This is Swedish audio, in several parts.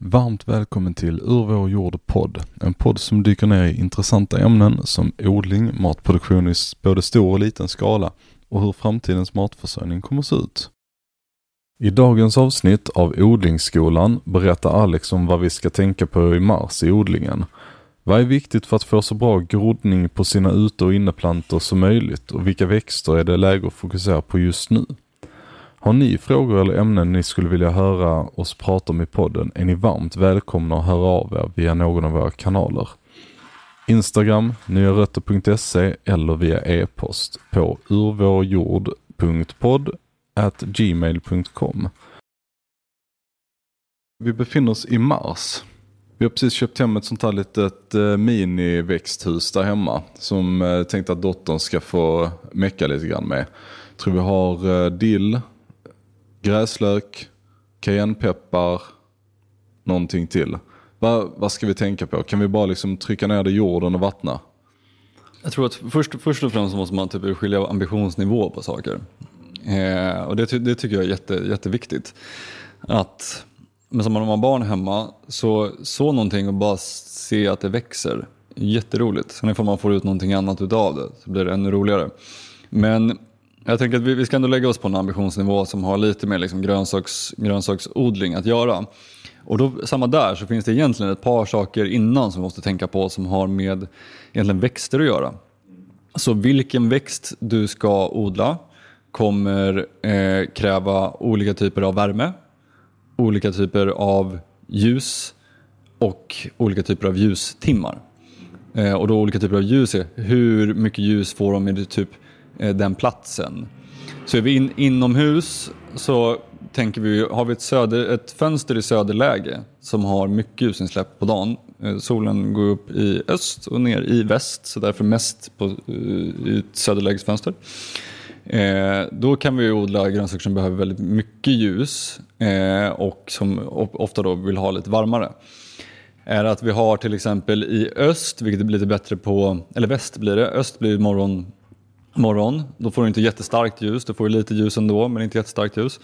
Varmt välkommen till Ur vår jord podd. En podd som dyker ner i intressanta ämnen som odling, matproduktion i både stor och liten skala och hur framtidens matförsörjning kommer att se ut. I dagens avsnitt av Odlingsskolan berättar Alex om vad vi ska tänka på i mars i odlingen. Vad är viktigt för att få så bra grodning på sina ute- och inneplantor som möjligt och vilka växter är det läge att fokusera på just nu? Har ni frågor eller ämnen ni skulle vilja höra oss prata om i podden är ni varmt välkomna att höra av er via någon av våra kanaler. Instagram, nyarötter.se eller via e-post på urvårjord.podd@gmail.com. Vi befinner oss i mars. Vi har precis köpt hem ett sånt här litet mini-växthus där hemma som tänkte att dottern ska få mecka lite grann med. Jag tror vi har dill, gräslök, cayennepeppar, någonting till. Vad ska vi tänka på? Kan vi bara liksom trycka ner det i jorden och vattna? Jag tror att först och främst måste man typ skilja ambitionsnivå på saker. Och det tycker jag är jätteviktigt. Men som man har barn hemma så någonting och bara se att det växer. Jätteroligt. Sen får man få ut någonting annat utav det så blir det ännu roligare. Men jag tänker att vi ska ändå lägga oss på en ambitionsnivå som har lite mer liksom grönsaksodling att göra. Och då, samma där så finns det egentligen ett par saker innan som vi måste tänka på som har med egentligen växter att göra. Så vilken växt du ska odla kommer kräva olika typer av värme, olika typer av ljus och olika typer av ljustimmar. Och då olika typer av ljus är hur mycket ljus får de i typ den platsen. Så är vi inomhus så tänker vi, har vi ett fönster i söderläge som har mycket ljusinsläpp på dagen. Solen går upp i öst och ner i väst, så därför mest i ett söderlägesfönster. Då kan vi odla grönsaker som behöver väldigt mycket ljus och som ofta då vill ha lite varmare. Är att vi har till exempel i öst, vilket blir lite bättre på, eller väst blir det, öst blir morgon, då får du inte jättestarkt ljus, du får lite ljus ändå men inte jättestarkt ljus.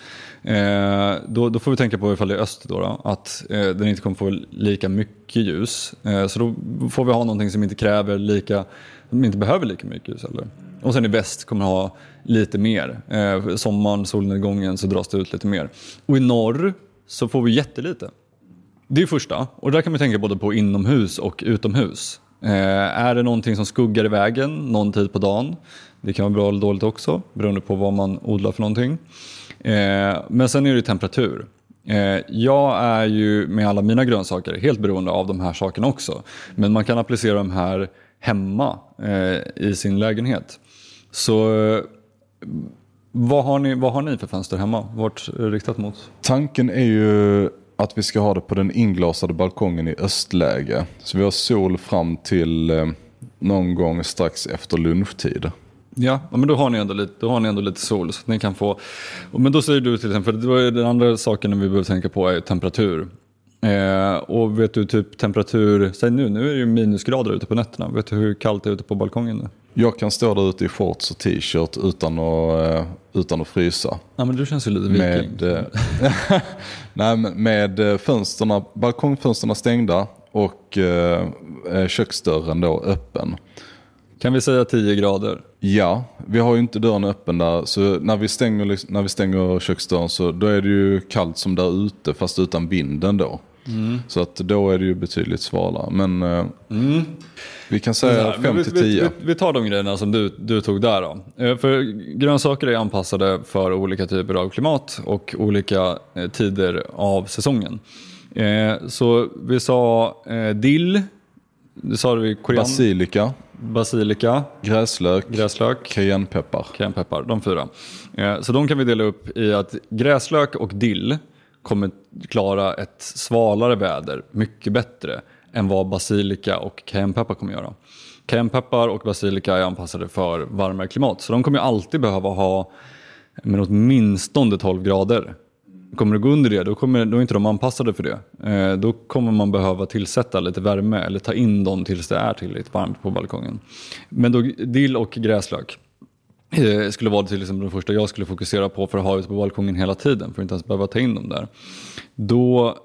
Då får vi tänka på ifall det är öst då, att den inte kommer få lika mycket ljus. Så då får vi ha någonting som inte behöver lika mycket ljus heller. Och sen i väst kommer ha lite mer. Sommaren, solnedgången så dras det ut lite mer. Och i norr så får vi jättelite. Det är första. Och där kan vi tänka både på inomhus och utomhus. Är det någonting som skuggar i vägen någon tid på dagen? Det kan vara bra eller dåligt också, beroende på vad man odlar för någonting. Men sen är det temperatur. Jag är ju med alla mina grönsaker helt beroende av de här sakerna också. Men man kan applicera de här hemma i sin lägenhet. Så vad har ni för fönster hemma? Vart är det riktat mot? Tanken är ju att vi ska ha det på den inglasade balkongen i östläge. Så vi har sol fram till någon gång strax efter lunchtid. Ja, men då har ni ändå lite sol så att ni kan få. Men då säger du till exempel, för den andra saken vi behöver tänka på är temperatur. Och vet du typ temperatur, säg nu är det ju minusgrader ute på nätterna. Vet du hur kallt det är ute på balkongen nu? Jag kan stå där ute i shorts och t-shirt utan att frysa. Ja, men du känns ju lite viking. Med balkongfönsterna stängda och köksdörren då öppen. Kan vi säga 10 grader? Ja, vi har ju inte dörren öppen där. Så när vi stänger köksdörren så då är det ju kallt som där ute fast utan vinden då. Så att då är det ju betydligt svalare. Men vi kan säga 5-10. Vi tar de grejerna som du tog där då. För grönsaker är anpassade för olika typer av klimat och olika tider av säsongen. Så vi sa dill. Det sa vi basilika, gräslök, cayennepeppar, de 4. Så de kan vi dela upp i att gräslök och dill kommer klara ett svalare väder mycket bättre än vad basilika och cayennepeppar kommer göra. Cayennepeppar och basilika är anpassade för varmare klimat, så de kommer alltid behöva ha åtminstone 12 grader. Kommer det gå under det, då är inte de anpassade för det. Då kommer man behöva tillsätta lite värme eller ta in dem tills det är tillräckligt varmt på balkongen. Men då dill och gräslök skulle vara till exempel det första jag skulle fokusera på för att ha ute på balkongen hela tiden, för att inte ens behöva ta in dem där. Då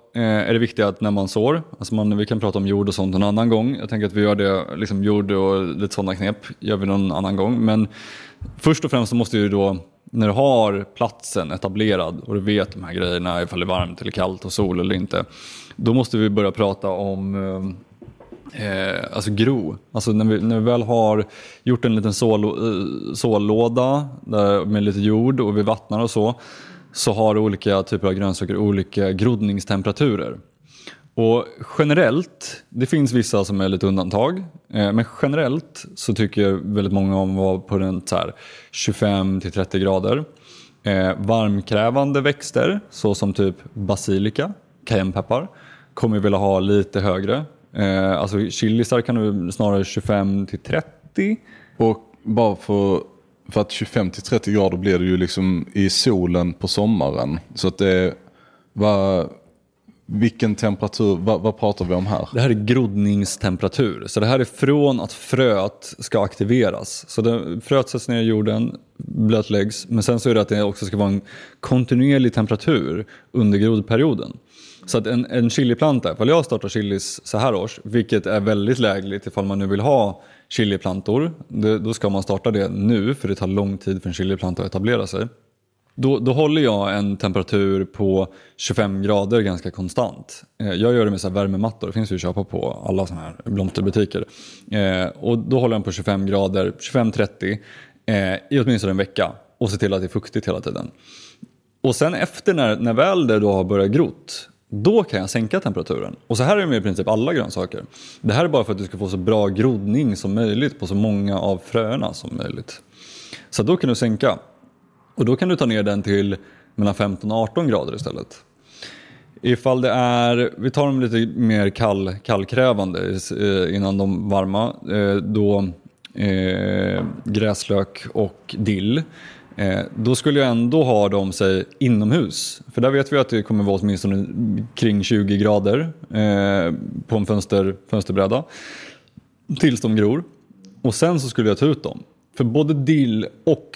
är det viktigt att när man sår, alltså vi kan prata om jord och sånt en annan gång. Jag tänker att vi gör det, liksom jord och lite sådana knep gör vi någon annan gång. Men först och främst så måste du då, när du har platsen etablerad och du vet de här grejerna, ifall det är varmt eller kallt och sol eller inte, då måste vi börja prata om alltså gro. Alltså när vi väl har gjort en liten sållåda där med lite jord och vi vattnar och så har olika typer av grönsaker olika grodningstemperaturer. Och generellt, det finns vissa som är lite undantag, men generellt så tycker väldigt många om att vara på den så här 25-30 grader. Varmkrävande växter, så som typ basilika, cayennepeppar, kommer vilja ha lite högre. Alltså chilisar kan du snarare 25-30. Och bara för att 25-30 grader blir det ju liksom i solen på sommaren. Så att det vilken temperatur, vad pratar vi om här? Det här är grodningstemperatur. Så det här är från att fröet ska aktiveras. Så fröet sätts ner i jorden, blötläggs. Men sen så är det att det också ska vara en kontinuerlig temperatur under grodperioden. Så att en chiliplanta, ifall jag startar chilis så här års, vilket är väldigt lägligt ifall man nu vill ha chiliplantor, då ska man starta det nu, för det tar lång tid för en chiliplanta att etablera sig. Då håller jag en temperatur på 25 grader ganska konstant. Jag gör det med så här värmemattor, det finns ju att köpa på alla såna här blomsterbutiker. Och då håller jag på 25 grader, 25-30 i åtminstone en vecka, och se till att det är fuktigt hela tiden. Och sen efter när väl det då har börjat grott, då kan jag sänka temperaturen. Och så här är det med i princip alla grönsaker. Det här är bara för att du ska få så bra grodning som möjligt på så många av fröerna som möjligt. Så då kan du sänka. Och då kan du ta ner den till mellan 15 och 18 grader istället. Ifall det är, vi tar dem lite mer kallkrävande innan de varma, då gräslök och dill. Då skulle jag ändå ha dem sig inomhus. För där vet vi att det kommer vara åtminstone kring 20 grader på en fönsterbräda tills de gror. Och sen så skulle jag ta ut dem. För både dill och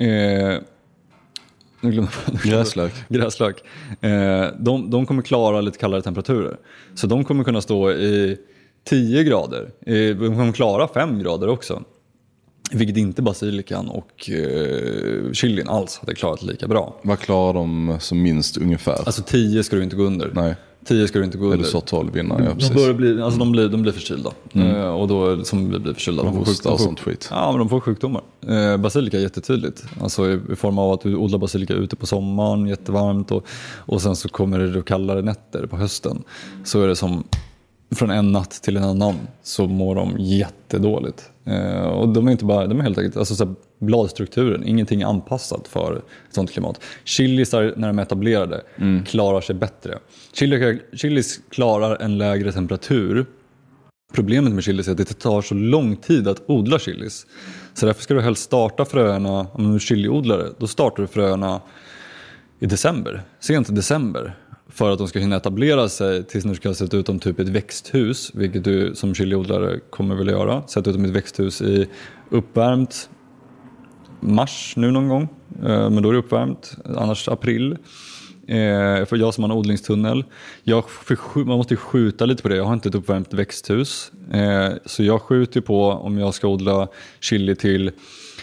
gräslök. De kommer klara lite kallare temperaturer. Så de kommer kunna stå i 10 grader. De kommer klara 5 grader också. Vilket inte basilikan och chilin alls hade klarat lika bra. Vad klarar de som minst ungefär? Alltså 10 ska du inte gå under. Nej. 10 ska du inte gå under. Eller så 12 innan, ja, precis. De blir förkylda. Och då som blir förkylda. De får sjukdomar och sånt skit. Ja, men de får sjukdomar. Basilika är jättetydligt. Alltså i form av att du odlar basilika ute på sommaren, jättevarmt. Och sen så kommer det då kallare nätter på hösten. Så är det som från en natt till en annan så mår de jättedåligt. Och de är inte bara, de är helt enkelt, alltså så här, bladstrukturen, ingenting är anpassat för ett sånt klimat. Chilisar när de är etablerade klarar sig bättre. Chilis klarar en lägre temperatur. Problemet med chilis är att det tar så lång tid att odla chilis. Så därför ska du helst starta fröerna, om du är chiliodlare, då startar du fröerna i december, sent i december. För att de ska hinna etablera sig tills du ska sätta ut dem typ i ett växthus. Vilket du som chiliodlare kommer vilja göra. Sätta ut dem i ett växthus i uppvärmt mars nu någon gång. Men då är det uppvärmt. Annars april. För jag som har en odlingstunnel. Man måste ju skjuta lite på det. Jag har inte ett uppvärmt växthus. Så jag skjuter på om jag ska odla chili till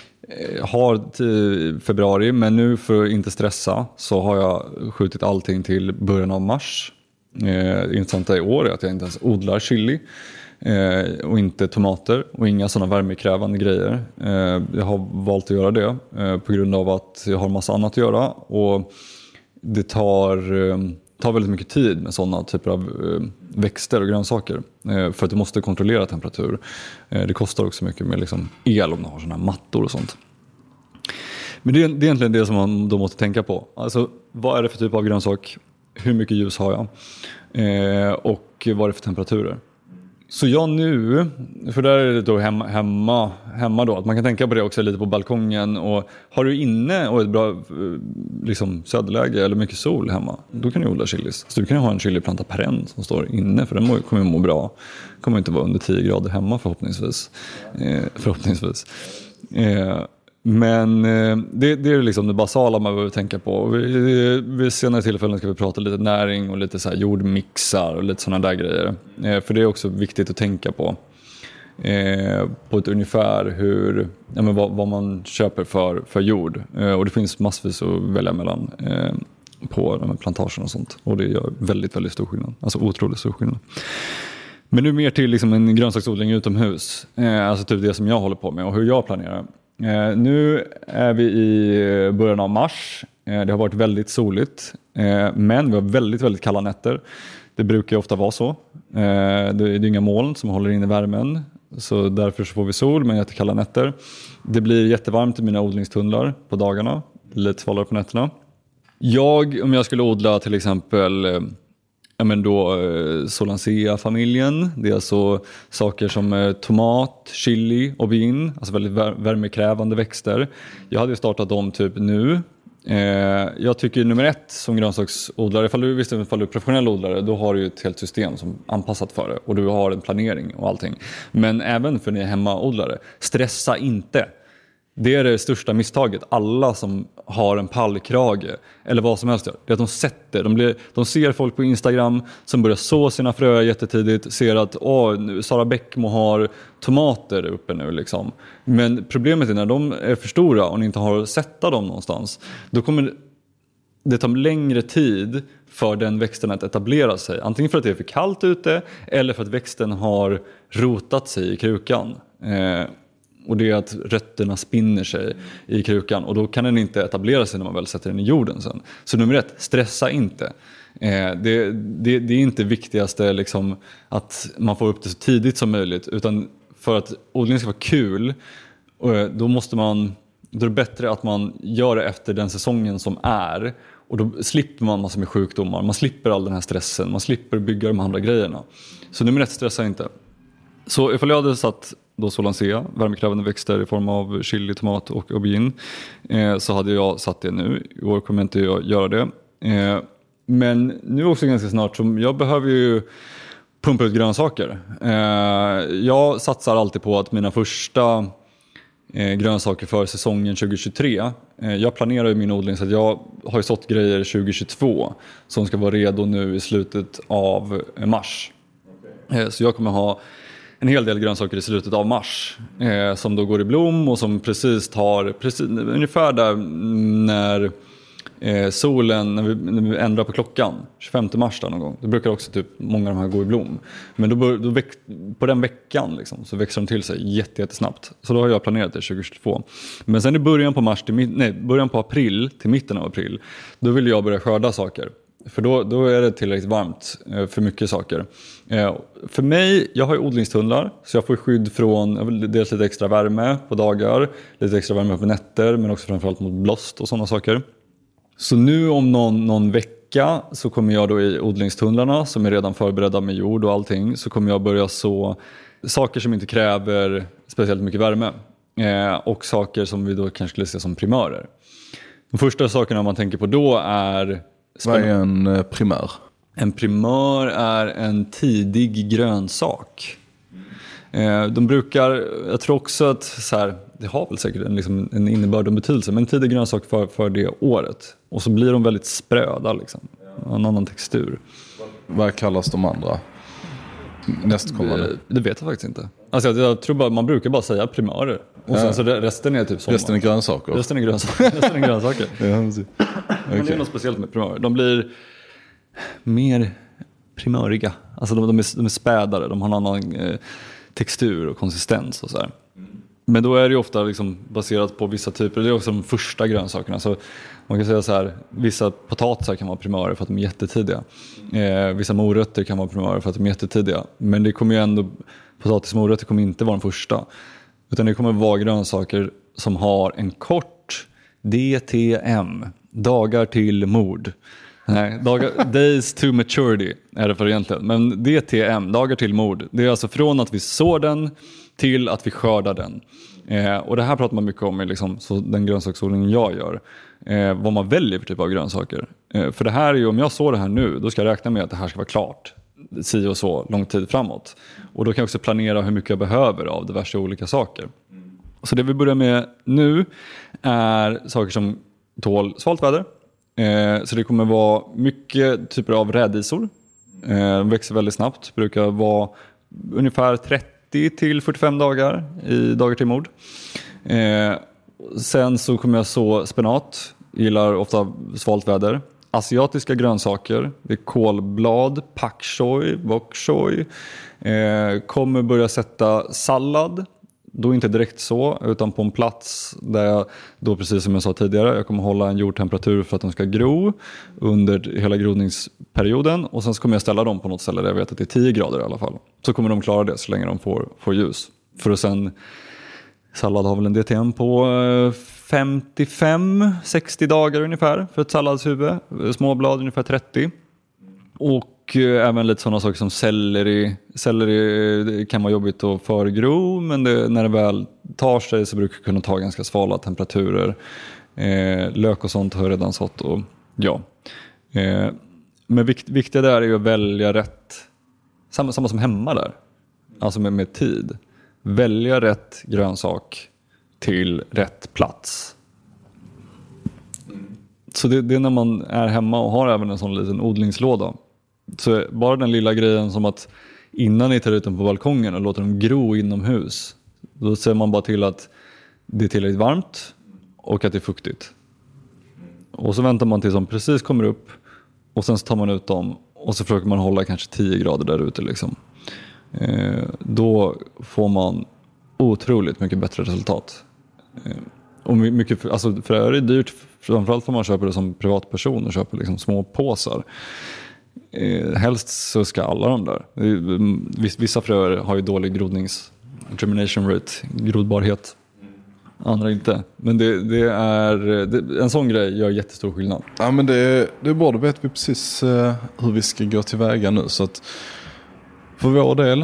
februari, men nu för att inte stressa så har jag skjutit allting till början av mars. Intressanta i år är att jag inte ens odlar chili och inte tomater och inga sådana värmekrävande grejer. Jag har valt att göra det på grund av att jag har massa annat att göra, och det tar väldigt mycket tid med sådana typer av växter och grönsaker, för att du måste kontrollera temperatur. Det kostar också mycket med liksom el om du har sådana här mattor och sånt. Men det är egentligen det som man då måste tänka på. Alltså, vad är det för typ av grönsak? Hur mycket ljus har jag? Och vad är det för temperaturer? Så jag nu, för där är det då hemma då, att man kan tänka på det också lite på balkongen, och har du inne och ett bra liksom söderläge eller mycket sol hemma, då kan du odla chilis. Så du kan ha en chiliplanta perenn som står inne, för den kommer må bra. Kommer inte vara under 10 grader hemma förhoppningsvis. Men det är liksom det basala man behöver tänka på. Vid senare tillfällen ska vi prata lite näring och lite så här jordmixar och lite sådana där grejer. För det är också viktigt att tänka på ett ungefär vad man köper för jord. Och det finns massvis att välja mellan på de här plantagen och sånt. Och det gör väldigt, väldigt stor skillnad. Alltså otroligt stor skillnad. Men nu mer till liksom en grönsaksodling utomhus. Alltså typ det som jag håller på med och hur jag planerar. Nu är vi i början av mars. Det har varit väldigt soligt. Men vi har väldigt, väldigt kalla nätter. Det brukar ju ofta vara så. Det är inga moln som håller in i värmen. Så därför så får vi sol men jättekalla nätter. Det blir jättevarmt i mina odlingstunnlar på dagarna. Lite svalare på nätterna. Om jag skulle odla till exempel Solanaceae-familjen. Det är alltså saker som tomat, chili, aubergine. Alltså väldigt värmekrävande växter. Jag hade startat dem typ nu. Jag tycker nummer 1 som grönsaksodlare, ifall du är professionell odlare, då har du ett helt system som är anpassat för det och du har en planering och allting. Men även för ni är hemmaodlare, stressa inte. Det är det största misstaget. Alla som har en pallkrage eller vad som helst gör, det är att de ser folk på Instagram som börjar så sina fröer jättetidigt, ser att Sara Bäckmo har tomater uppe nu liksom. Men problemet är när de är för stora och ni inte har sätta dem någonstans, då kommer det ta längre tid för den växten att etablera sig. Antingen för att det är för kallt ute eller för att växten har rotat sig i krukan. Och det är att rötterna spinner sig i krukan. Och då kan den inte etablera sig när man väl sätter den i jorden sen. Så nummer 1, stressa inte. Det är inte viktigaste liksom, att man får upp det så tidigt som möjligt. Utan för att odlingen ska vara kul, då är det bättre att man gör det efter den säsongen som är. Och då slipper man massor med sjukdomar. Man slipper all den här stressen. Man slipper bygga de andra grejerna. Så nummer 1, stressa inte. Så ifall jag hade satt då Solanaceae, värmekrävande växter i form av chili, tomat och aubergine, så hade jag satt det nu. I år kommer inte jag göra det. Men nu också ganska snart, som jag behöver ju pumpa ut grönsaker. Jag satsar alltid på att mina första grönsaker för säsongen 2023. Jag planerar ju min odling så att jag har ju sått grejer 2022 som ska vara redo nu i slutet av mars. Så jag kommer ha en hel del grönsaker i slutet av mars som då går i blom och som precis ungefär där när solen, när vi ändrar på klockan 25 mars där någon gång, då brukar också typ många av de här gå i blom. Men då på den veckan liksom, så växer de till sig jättesnabbt. Så då har jag planerat det 2022. Men sen i början på april till mitten av april, då vill jag börja skörda saker. För då är det tillräckligt varmt för mycket saker. För mig, jag har ju odlingstunnlar så jag får skydd från dels lite extra värme på dagar, lite extra värme på nätter, men också framförallt mot blåst och sådana saker. Så nu om någon vecka så kommer jag då i odlingstunnlarna som är redan förberedda med jord och allting, så kommer jag börja så saker som inte kräver speciellt mycket värme och saker som vi då kanske skulle se som primörer. De första sakerna man tänker på då är... Vad är en primör? En primör är en tidig grönsak. De brukar, jag tror också att så här, det har väl säkert en innebörd och betydelse, men en tidig grönsak för det året. Och så blir de väldigt spröda liksom. En annan textur. Vad kallas de andra? Nästkommande? Det vet jag faktiskt inte. Alltså jag tror bara, man brukar bara säga primörer. Och sen så resten är typ sommar. Resten är grönsaker? Resten är grönsaker. Ja, men det är något speciellt med primörer. De blir mer primöriga. Alltså de är spädare. De har en annan textur och konsistens och så här. Men då är det ju ofta liksom baserat på vissa typer. Det är också de första grönsakerna. Så man kan säga så här, vissa potatisar kan vara primörer för att de är jättetidiga. Vissa morötter kan vara primörer för att de är jättetidiga. Men det kommer ju ändå, potatismorötter kommer inte vara den första. Utan det kommer vara grönsaker som har en kort DTM, dagar till mord. Nej, days to maturity är det för egentligen. Men DTM, dagar till mord, det är alltså från att vi sår den till att vi skördar den. Och det här pratar man mycket om i liksom, så den grönsaksodlingen jag gör. Vad man väljer för typ av grönsaker. För det här är ju, om jag sår det här nu, då ska jag räkna med att det här ska vara klart si och så lång tid framåt. Och då kan jag också planera hur mycket jag behöver av diverse olika saker. Så det vi börjar med nu är saker som tål svalt väder. Så det kommer vara mycket typer av rädisor. De växer väldigt snabbt. Brukar vara ungefär 30 till 45 dagar i dagar till mord. Sen så kommer jag så spenat. Gillar ofta svalt väder. Asiatiska grönsaker. Det är kolblad, pak choi, bok choi. Kommer börja sätta sallad. Då inte direkt så, utan på en plats där jag då, precis som jag sa tidigare, jag kommer hålla en jordtemperatur för att de ska gro under hela grodningsperioden. Och sen så kommer jag ställa dem på något ställe där jag vet att det är 10 grader i alla fall. Så kommer de klara det så länge de får ljus. För att sen, sallad har väl en DTM på 55-60 dagar ungefär för ett salladshuvud. Småblad ungefär 30. Och även lite sådana saker som selleri. Selleri kan vara jobbigt att förgro, men när det väl tar sig så brukar det kunna ta ganska svala temperaturer. Lök och sånt har jag redan sått. Och, ja. Men viktiga där är ju att välja rätt. Samma som hemma där. Alltså med tid. Välja rätt grönsak till rätt plats. Så det är när man är hemma och har även en sån liten odlingslåda. Så bara den lilla grejen som att innan ni tar ut dem på balkongen och låter dem gro inomhus, då ser man bara till att det är tillräckligt varmt och att det är fuktigt. Och så väntar man tills de precis kommer upp och sen så tar man ut dem och så försöker man hålla kanske 10 grader där ute liksom. Då får man otroligt mycket bättre resultat. Och mycket, alltså för det är dyrt, framförallt får man köpa det som privatperson och köpa liksom små påsar. Helst så ska alla de där. Vissa fröer har ju dålig germination rate, grodbarhet. Andra inte. Men det är en sån grej gör jättestor skillnad. Ja, men det är bra, då vet vi precis hur vi ska gå tillväga nu. Så att för vår del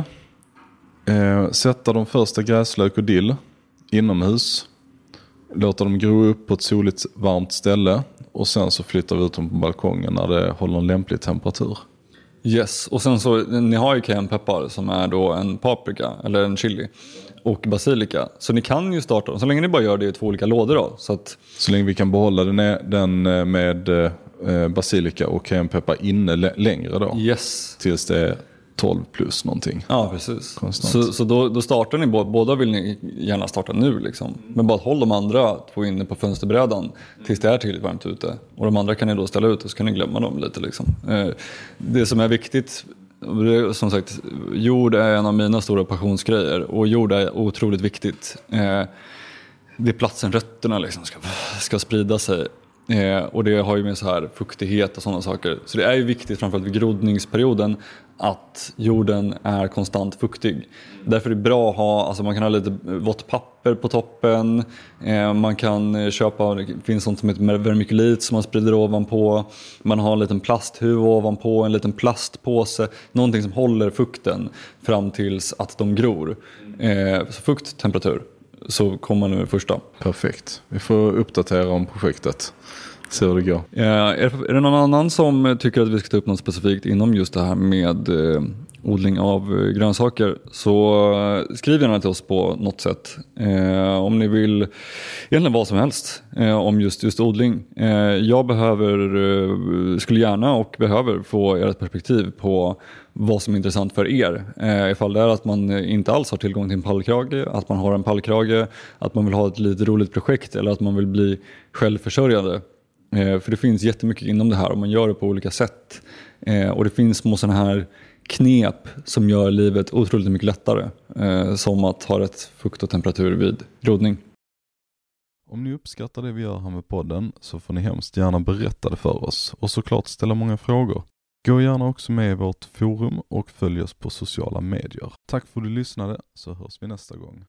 sätta de första gräslök och dill inomhus. Låta dem gro upp på ett soligt varmt ställe. Och sen så flyttar vi ut dem på balkongen när det håller en lämplig temperatur. Yes, och sen så, ni har ju cayennepeppar som är då en paprika eller en chili och basilika. Så ni kan ju starta, så länge ni bara gör det i 2 olika lådor då. Så länge vi kan behålla den med basilika och cayennepeppar inne längre då. Yes. Tills det är 12 plus någonting. Ja, precis. Så då startar ni, båda vill ni gärna starta nu liksom. Men bara håll de andra 2 inne på fönsterbrädan tills det är tillräckligt varmt ute. Och de andra kan ni då ställa ut och så kan ni glömma dem lite liksom. Det som är viktigt, som sagt, jord är en av mina stora passionsgrejer. Och jord är otroligt viktigt. Det är platsen rötterna liksom ska sprida sig. Och det har ju med så här fuktighet och sådana saker. Så det är ju viktigt framförallt vid grodningsperioden att jorden är konstant fuktig. Därför är det bra att ha, alltså man kan ha lite vått papper på toppen. Man kan köpa, det finns sånt som heter vermikulit som man sprider ovanpå. Man har en liten plasthuv ovanpå, en liten plastpåse. Någonting som håller fukten fram tills att de gror. Så fukt, temperatur. Så kommer man nu första. Perfekt. Vi får uppdatera om projektet. Se hur det går. Är det någon annan som tycker att vi ska ta upp något specifikt inom just det här med odling av grönsaker, så skriv gärna till oss på något sätt. Om ni vill egentligen vad som helst om just odling. Jag skulle gärna och behöver få ert perspektiv på vad som är intressant för er. Ifall det är att man inte alls har tillgång till en pallkrage, att man har en pallkrage, att man vill ha ett lite roligt projekt eller att man vill bli självförsörjande. För det finns jättemycket inom det här och man gör det på olika sätt. Och det finns små sådana här knep som gör livet otroligt mycket lättare. Som att ha rätt fukt och temperatur vid grodning. Om ni uppskattar det vi gör här med podden så får ni hemskt gärna berätta det för oss. Och såklart ställa många frågor. Gå gärna också med i vårt forum och följ oss på sociala medier. Tack för att du lyssnade, så hörs vi nästa gång.